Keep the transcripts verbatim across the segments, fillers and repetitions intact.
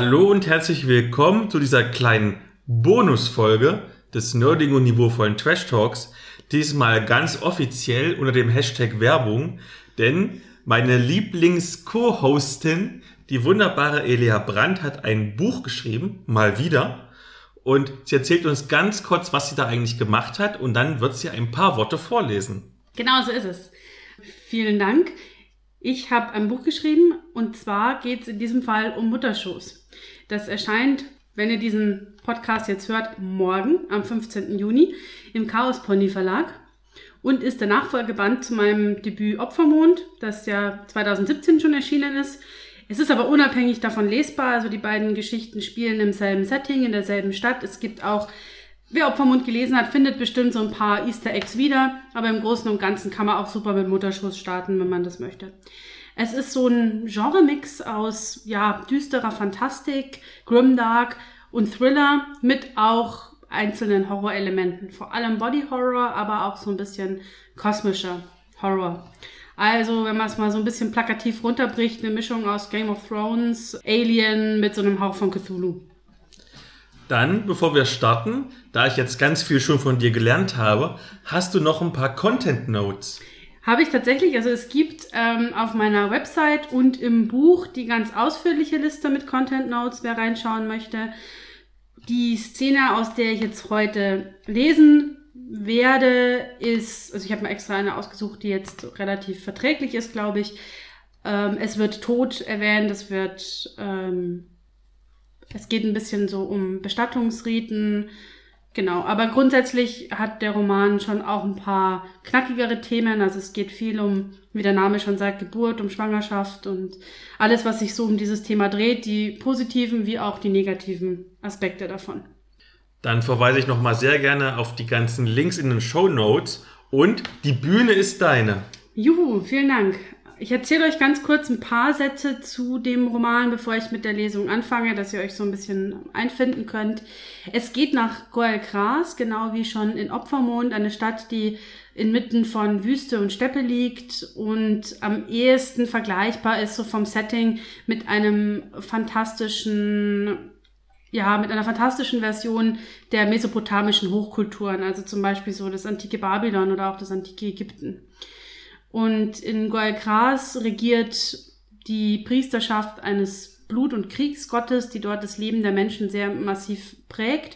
Hallo und herzlich willkommen zu dieser kleinen Bonusfolge des nerdigen und niveauvollen Trash Talks. Diesmal ganz offiziell unter dem Hashtag Werbung, denn meine Lieblings-Co-Hostin, die wunderbare Elia Brandt, hat ein Buch geschrieben, mal wieder. Und sie erzählt uns ganz kurz, was sie da eigentlich gemacht hat, und dann wird sie ein paar Worte vorlesen. Genau so ist es. Vielen Dank. Ich habe ein Buch geschrieben, und zwar geht es in diesem Fall um Mutterschoß. Das erscheint, wenn ihr diesen Podcast jetzt hört, morgen am fünfzehnten Juni im Chaos Pony Verlag und ist der Nachfolgeband zu meinem Debüt Opfermond, das ja zwanzig siebzehn schon erschienen ist. Es ist aber unabhängig davon lesbar, also die beiden Geschichten spielen im selben Setting, in derselben Stadt. Es gibt auch, wer Opfermond gelesen hat, findet bestimmt so ein paar Easter Eggs wieder, aber im Großen und Ganzen kann man auch super mit Mutterschoß starten, wenn man das möchte. Es ist so ein Genre-Mix aus ja, düsterer Fantastik, Grimdark und Thriller mit auch einzelnen Horrorelementen. Vor allem Body Horror, aber auch so ein bisschen kosmischer Horror. Also, wenn man es mal so ein bisschen plakativ runterbricht, eine Mischung aus Game of Thrones, Alien mit so einem Hauch von Cthulhu. Dann, bevor wir starten, da ich jetzt ganz viel schon von dir gelernt habe, hast du noch ein paar Content Notes? Habe ich tatsächlich. Also es gibt ähm, auf meiner Website und im Buch die ganz ausführliche Liste mit Content Notes, wer reinschauen möchte. Die Szene, aus der ich jetzt heute lesen werde, ist, also ich habe mir extra eine ausgesucht, die jetzt relativ verträglich ist, glaube ich. Ähm, es wird Tod erwähnt, es wird, ähm, es geht ein bisschen so um Bestattungsriten. Genau, aber grundsätzlich hat der Roman schon auch ein paar knackigere Themen. Also es geht viel um, wie der Name schon sagt, Geburt, um Schwangerschaft und alles, was sich so um dieses Thema dreht, die positiven wie auch die negativen Aspekte davon. Dann verweise ich nochmal sehr gerne auf die ganzen Links in den Shownotes und die Bühne ist deine. Juhu, vielen Dank. Ich erzähle euch ganz kurz ein paar Sätze zu dem Roman, bevor ich mit der Lesung anfange, dass ihr euch so ein bisschen einfinden könnt. Es geht nach Goel-Gras, genau wie schon in Opfermond, eine Stadt, die inmitten von Wüste und Steppe liegt und am ehesten vergleichbar ist so vom Setting mit einem fantastischen, ja, mit einer fantastischen Version der mesopotamischen Hochkulturen, also zum Beispiel so das antike Babylon oder auch das antike Ägypten. Und in Goel-Gras regiert die Priesterschaft eines Blut- und Kriegsgottes, die dort das Leben der Menschen sehr massiv prägt.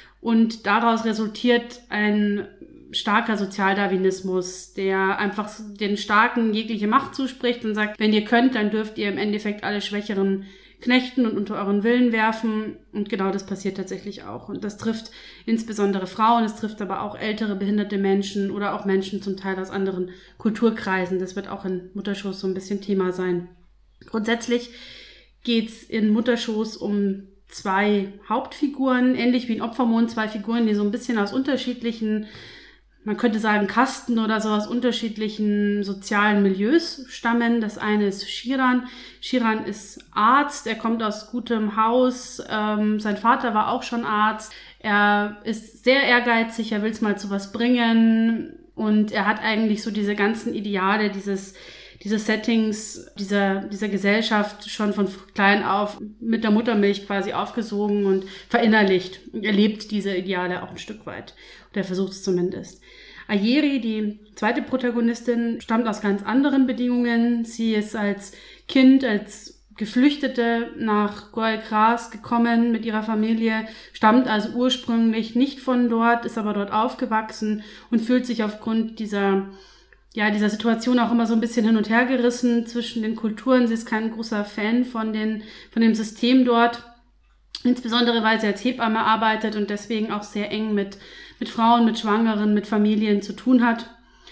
Und daraus resultiert ein starker Sozialdarwinismus, der einfach den Starken jegliche Macht zuspricht und sagt, wenn ihr könnt, dann dürft ihr im Endeffekt alle Schwächeren knechten und unter euren Willen werfen. Und genau das passiert tatsächlich auch. Und das trifft insbesondere Frauen, es trifft aber auch ältere, behinderte Menschen oder auch Menschen zum Teil aus anderen Kulturkreisen. Das wird auch in Mutterschoß so ein bisschen Thema sein. Grundsätzlich geht's in Mutterschoß um zwei Hauptfiguren, ähnlich wie in Opfermond, zwei Figuren, die so ein bisschen aus unterschiedlichen, man könnte sagen Kasten oder so, aus unterschiedlichen sozialen Milieus stammen. Das eine ist Shiran. Shiran ist Arzt, er kommt aus gutem Haus, ähm, sein Vater war auch schon Arzt. Er ist sehr ehrgeizig, er will es mal zu was bringen und er hat eigentlich so diese ganzen Ideale, dieses diese Settings dieser dieser Gesellschaft schon von klein auf mit der Muttermilch quasi aufgesogen und verinnerlicht. Und er lebt diese Ideale auch ein Stück weit. Und er versucht es zumindest. Ayeri, die zweite Protagonistin, stammt aus ganz anderen Bedingungen. Sie ist als Kind, als Geflüchtete nach Goel-Gras gekommen mit ihrer Familie, stammt also ursprünglich nicht von dort, ist aber dort aufgewachsen und fühlt sich aufgrund dieser ja, dieser Situation auch immer so ein bisschen hin und her gerissen zwischen den Kulturen. Sie ist kein großer Fan von den, von dem System dort. Insbesondere, weil sie als Hebamme arbeitet und deswegen auch sehr eng mit, mit Frauen, mit Schwangeren, mit Familien zu tun hat.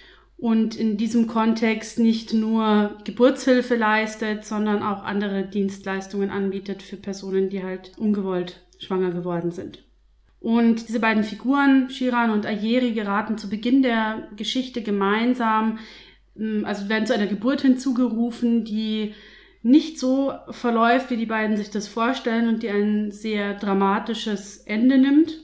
Und in diesem Kontext nicht nur Geburtshilfe leistet, sondern auch andere Dienstleistungen anbietet für Personen, die halt ungewollt schwanger geworden sind. Und diese beiden Figuren, Shiran und Ayeri, geraten zu Beginn der Geschichte gemeinsam, also werden zu einer Geburt hinzugerufen, die nicht so verläuft, wie die beiden sich das vorstellen und die ein sehr dramatisches Ende nimmt.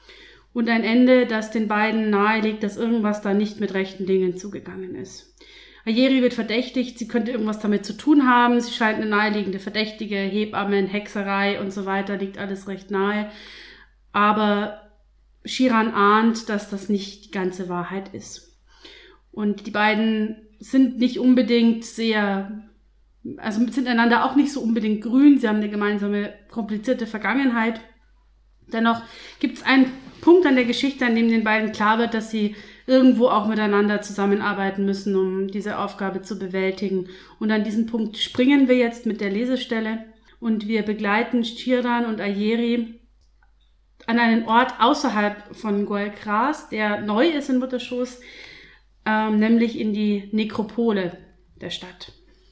Und ein Ende, das den beiden nahelegt, dass irgendwas da nicht mit rechten Dingen zugegangen ist. Ayeri wird verdächtigt, sie könnte irgendwas damit zu tun haben. Sie scheint eine naheliegende Verdächtige, Hebammen, Hexerei und so weiter, liegt alles recht nahe. Aber Shiran ahnt, dass das nicht die ganze Wahrheit ist. Und die beiden sind nicht unbedingt sehr, also sind einander auch nicht so unbedingt grün. Sie haben eine gemeinsame, komplizierte Vergangenheit. Dennoch gibt es einen Punkt an der Geschichte, an dem den beiden klar wird, dass sie irgendwo auch miteinander zusammenarbeiten müssen, um diese Aufgabe zu bewältigen. Und an diesen Punkt springen wir jetzt mit der Lesestelle und wir begleiten Shiran und Ayeri an einen Ort außerhalb von Goel-Kras, der neu ist in Mutterschoß, ähm, nämlich in die Nekropole der Stadt.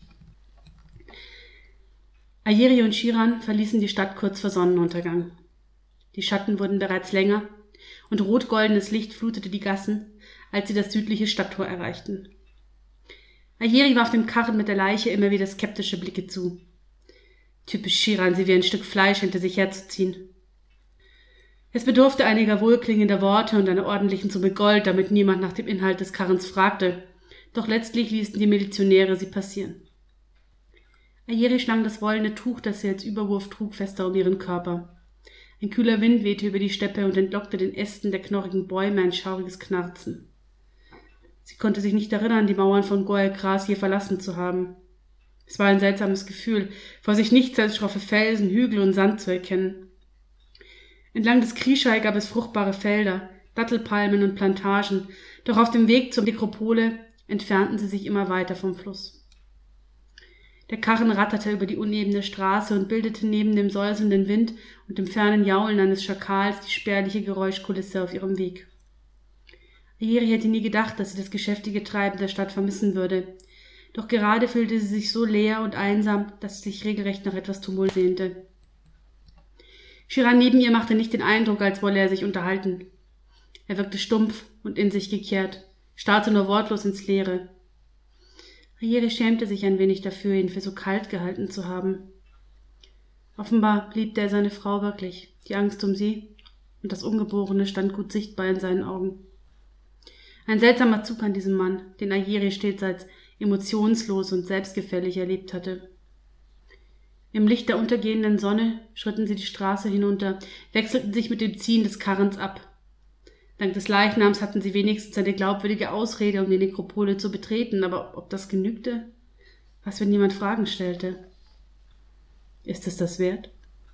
Ayeri und Shiran verließen die Stadt kurz vor Sonnenuntergang. Die Schatten wurden bereits länger und rot-goldenes Licht flutete die Gassen, als sie das südliche Stadttor erreichten. Ayeri warf dem Karren mit der Leiche immer wieder skeptische Blicke zu. Typisch Shiran, sie wie ein Stück Fleisch hinter sich herzuziehen. Es bedurfte einiger wohlklingender Worte und einer ordentlichen Summe Gold, damit niemand nach dem Inhalt des Karrens fragte, doch letztlich ließen die Milizionäre sie passieren. Ayeri schlang das wollene Tuch, das sie als Überwurf trug, fester um ihren Körper. Ein kühler Wind wehte über die Steppe und entlockte den Ästen der knorrigen Bäume ein schauriges Knarzen. Sie konnte sich nicht erinnern, die Mauern von Goel-Kras je verlassen zu haben. Es war ein seltsames Gefühl, vor sich nichts als schroffe Felsen, Hügel und Sand zu erkennen. Entlang des Krischai gab es fruchtbare Felder, Dattelpalmen und Plantagen, doch auf dem Weg zur Nekropole entfernten sie sich immer weiter vom Fluss. Der Karren ratterte über die unebene Straße und bildete neben dem säuselnden Wind und dem fernen Jaulen eines Schakals die spärliche Geräuschkulisse auf ihrem Weg. Ayeri hätte nie gedacht, dass sie das geschäftige Treiben der Stadt vermissen würde. Doch gerade fühlte sie sich so leer und einsam, dass sie sich regelrecht nach etwas Tumult sehnte. Shiran neben ihr machte nicht den Eindruck, als wolle er sich unterhalten. Er wirkte stumpf und in sich gekehrt, starrte nur wortlos ins Leere. Ayeri schämte sich ein wenig dafür, ihn für so kalt gehalten zu haben. Offenbar liebte er seine Frau wirklich, die Angst um sie und das Ungeborene stand gut sichtbar in seinen Augen. Ein seltsamer Zug an diesem Mann, den Ayeri stets als emotionslos und selbstgefällig erlebt hatte. Im Licht der untergehenden Sonne schritten sie die Straße hinunter, wechselten sich mit dem Ziehen des Karrens ab. Dank des Leichnams hatten sie wenigstens eine glaubwürdige Ausrede, um die Nekropole zu betreten, aber ob das genügte? Was, wenn jemand Fragen stellte? Ist es das wert?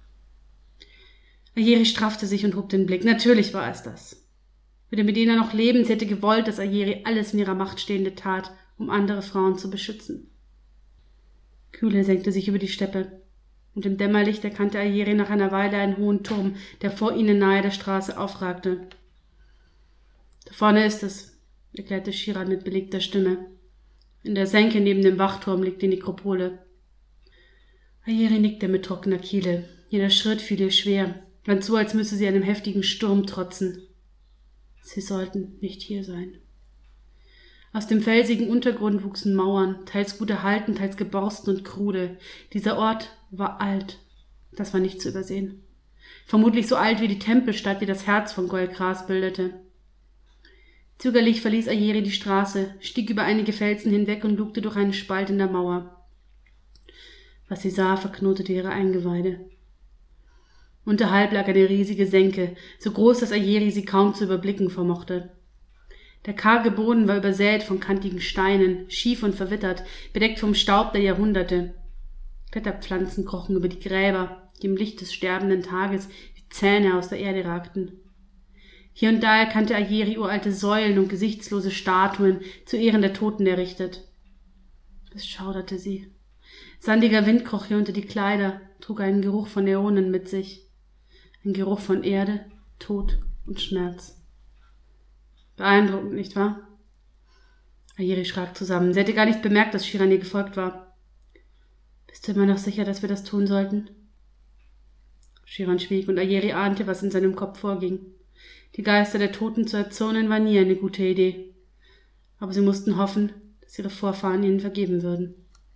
Ayeri straffte sich und hob den Blick. Natürlich war es das. Würde Medena noch leben, sie hätte gewollt, dass Ayeri alles in ihrer Macht Stehende tat, um andere Frauen zu beschützen. Kühle senkte sich über die Steppe, und im Dämmerlicht erkannte Ayeri nach einer Weile einen hohen Turm, der vor ihnen nahe der Straße aufragte. »Da vorne ist es«, erklärte Shiran mit belegter Stimme. »In der Senke neben dem Wachturm liegt die Nekropole.« Ayeri nickte mit trockener Kehle. Jeder Schritt fiel ihr schwer, ganz so, als müsse sie einem heftigen Sturm trotzen. Sie sollten nicht hier sein. Aus dem felsigen Untergrund wuchsen Mauern, teils gut erhalten, teils geborsten und krude. Dieser Ort war alt. Das war nicht zu übersehen. Vermutlich so alt wie die Tempelstadt, die das Herz von Goel-Kras bildete. Zögerlich verließ Ayeri die Straße, stieg über einige Felsen hinweg und lugte durch einen Spalt in der Mauer. Was sie sah, verknotete ihre Eingeweide. Unterhalb lag eine riesige Senke, so groß, dass Ayeri sie kaum zu überblicken vermochte. Der karge Boden war übersät von kantigen Steinen, schief und verwittert, bedeckt vom Staub der Jahrhunderte. Kletterpflanzen krochen über die Gräber, die im Licht des sterbenden Tages wie Zähne aus der Erde ragten. Hier und da erkannte Ayeri uralte Säulen und gesichtslose Statuen zu Ehren der Toten errichtet. Es schauderte sie. Sandiger Wind kroch hier unter die Kleider, trug einen Geruch von Äonen mit sich. Ein Geruch von Erde, Tod und Schmerz. Beeindruckend, nicht wahr? Ayeri schrak zusammen. Sie hätte gar nicht bemerkt, dass Shiran ihr gefolgt war. Bist du immer noch sicher, dass wir das tun sollten? Shiran schwieg und Ayeri ahnte, was in seinem Kopf vorging. Die Geister der Toten zu erzürnen war nie eine gute Idee. Aber sie mussten hoffen, dass ihre Vorfahren ihnen vergeben würden.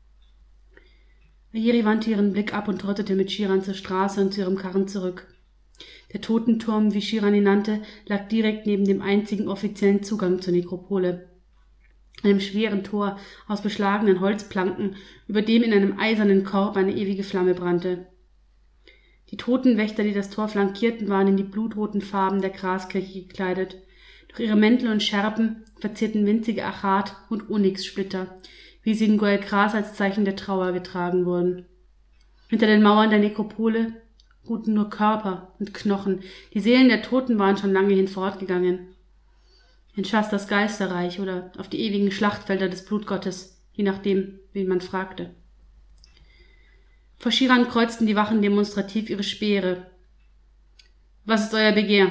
Ayeri wandte ihren Blick ab und trottete mit Shiran zur Straße und zu ihrem Karren zurück. Der Totenturm, wie Shiran ihn nannte, lag direkt neben dem einzigen offiziellen Zugang zur Nekropole. einem schweren Tor aus beschlagenen Holzplanken, über dem in einem eisernen Korb eine ewige Flamme brannte. Die Totenwächter, die das Tor flankierten, waren in die blutroten Farben der Graskirche gekleidet. Durch ihre Mäntel und Schärpen verzierten winzige Achat- und Onyxsplitter, wie sie in Goel-Gras als Zeichen der Trauer getragen wurden. Hinter den Mauern der Nekropole ruhten nur Körper und Knochen. Die Seelen der Toten waren schon lange hinfortgegangen. In Shastas Geisterreich oder auf die ewigen Schlachtfelder des Blutgottes, je nachdem, wen man fragte. Vor Shiran kreuzten die Wachen demonstrativ ihre Speere. »Was ist euer Begehr?«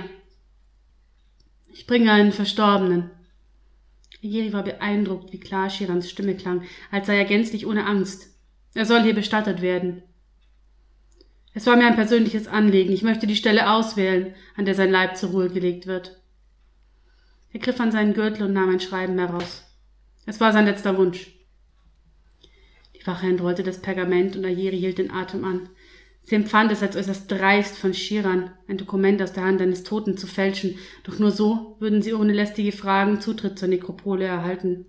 »Ich bringe einen Verstorbenen.« Ayeri war beeindruckt, wie klar Shirans Stimme klang, als sei er gänzlich ohne Angst. »Er soll hier bestattet werden.« »Es war mir ein persönliches Anliegen. Ich möchte die Stelle auswählen, an der sein Leib zur Ruhe gelegt wird.« Er griff an seinen Gürtel und nahm ein Schreiben heraus. Es war sein letzter Wunsch. Die Wache entrollte das Pergament und Ayeri hielt den Atem an. Sie empfand es als äußerst dreist von Shiran, ein Dokument aus der Hand eines Toten zu fälschen, doch nur so würden sie ohne lästige Fragen Zutritt zur Nekropole erhalten.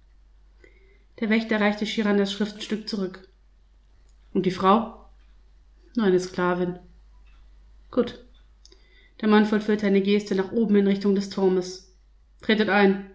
Der Wächter reichte Shiran das Schriftstück zurück. »Und die Frau?« »Nur eine Sklavin.« »Gut.« Der Mann vollführte eine Geste nach oben in Richtung des Turmes. »Tretet ein!«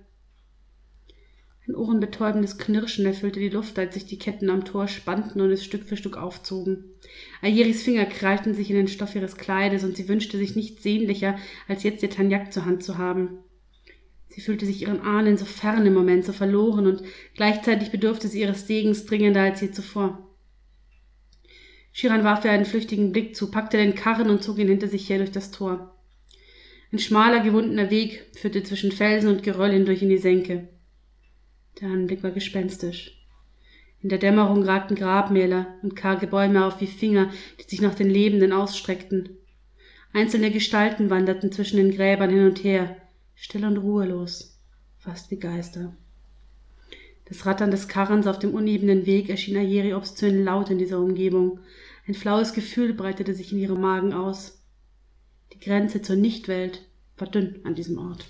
Ein ohrenbetäubendes Knirschen erfüllte die Luft, als sich die Ketten am Tor spannten und es Stück für Stück aufzogen. Ayeris Finger krallten sich in den Stoff ihres Kleides und sie wünschte sich nichts sehnlicher, als jetzt ihr Tanjak zur Hand zu haben. Sie fühlte sich ihren Ahnen so fern im Moment, so verloren, und gleichzeitig bedurfte sie ihres Segens dringender als je zuvor. Shiran warf ihr einen flüchtigen Blick zu, packte den Karren und zog ihn hinter sich her durch das Tor. Ein schmaler, gewundener Weg führte zwischen Felsen und Geröll hindurch in die Senke. Der Anblick war gespenstisch. In der Dämmerung ragten Grabmäler und karge Bäume auf wie Finger, die sich nach den Lebenden ausstreckten. Einzelne Gestalten wanderten zwischen den Gräbern hin und her, still und ruhelos, fast wie Geister. Das Rattern des Karrens auf dem unebenen Weg erschien Ayeri obszön laut in dieser Umgebung. Ein flaues Gefühl breitete sich in ihrem Magen aus. Die Grenze zur Nichtwelt war dünn an diesem Ort.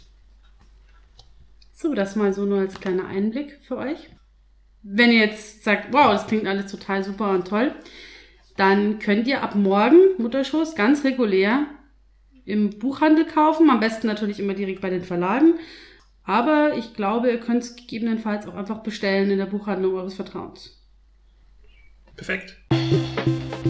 So, das mal so nur als kleiner Einblick für euch. Wenn ihr jetzt sagt, wow, das klingt alles total super und toll, dann könnt ihr ab morgen Mutterschoß ganz regulär im Buchhandel kaufen. Am besten natürlich immer direkt bei den Verlagen. Aber ich glaube, ihr könnt es gegebenenfalls auch einfach bestellen in der Buchhandlung eures Vertrauens. Perfekt.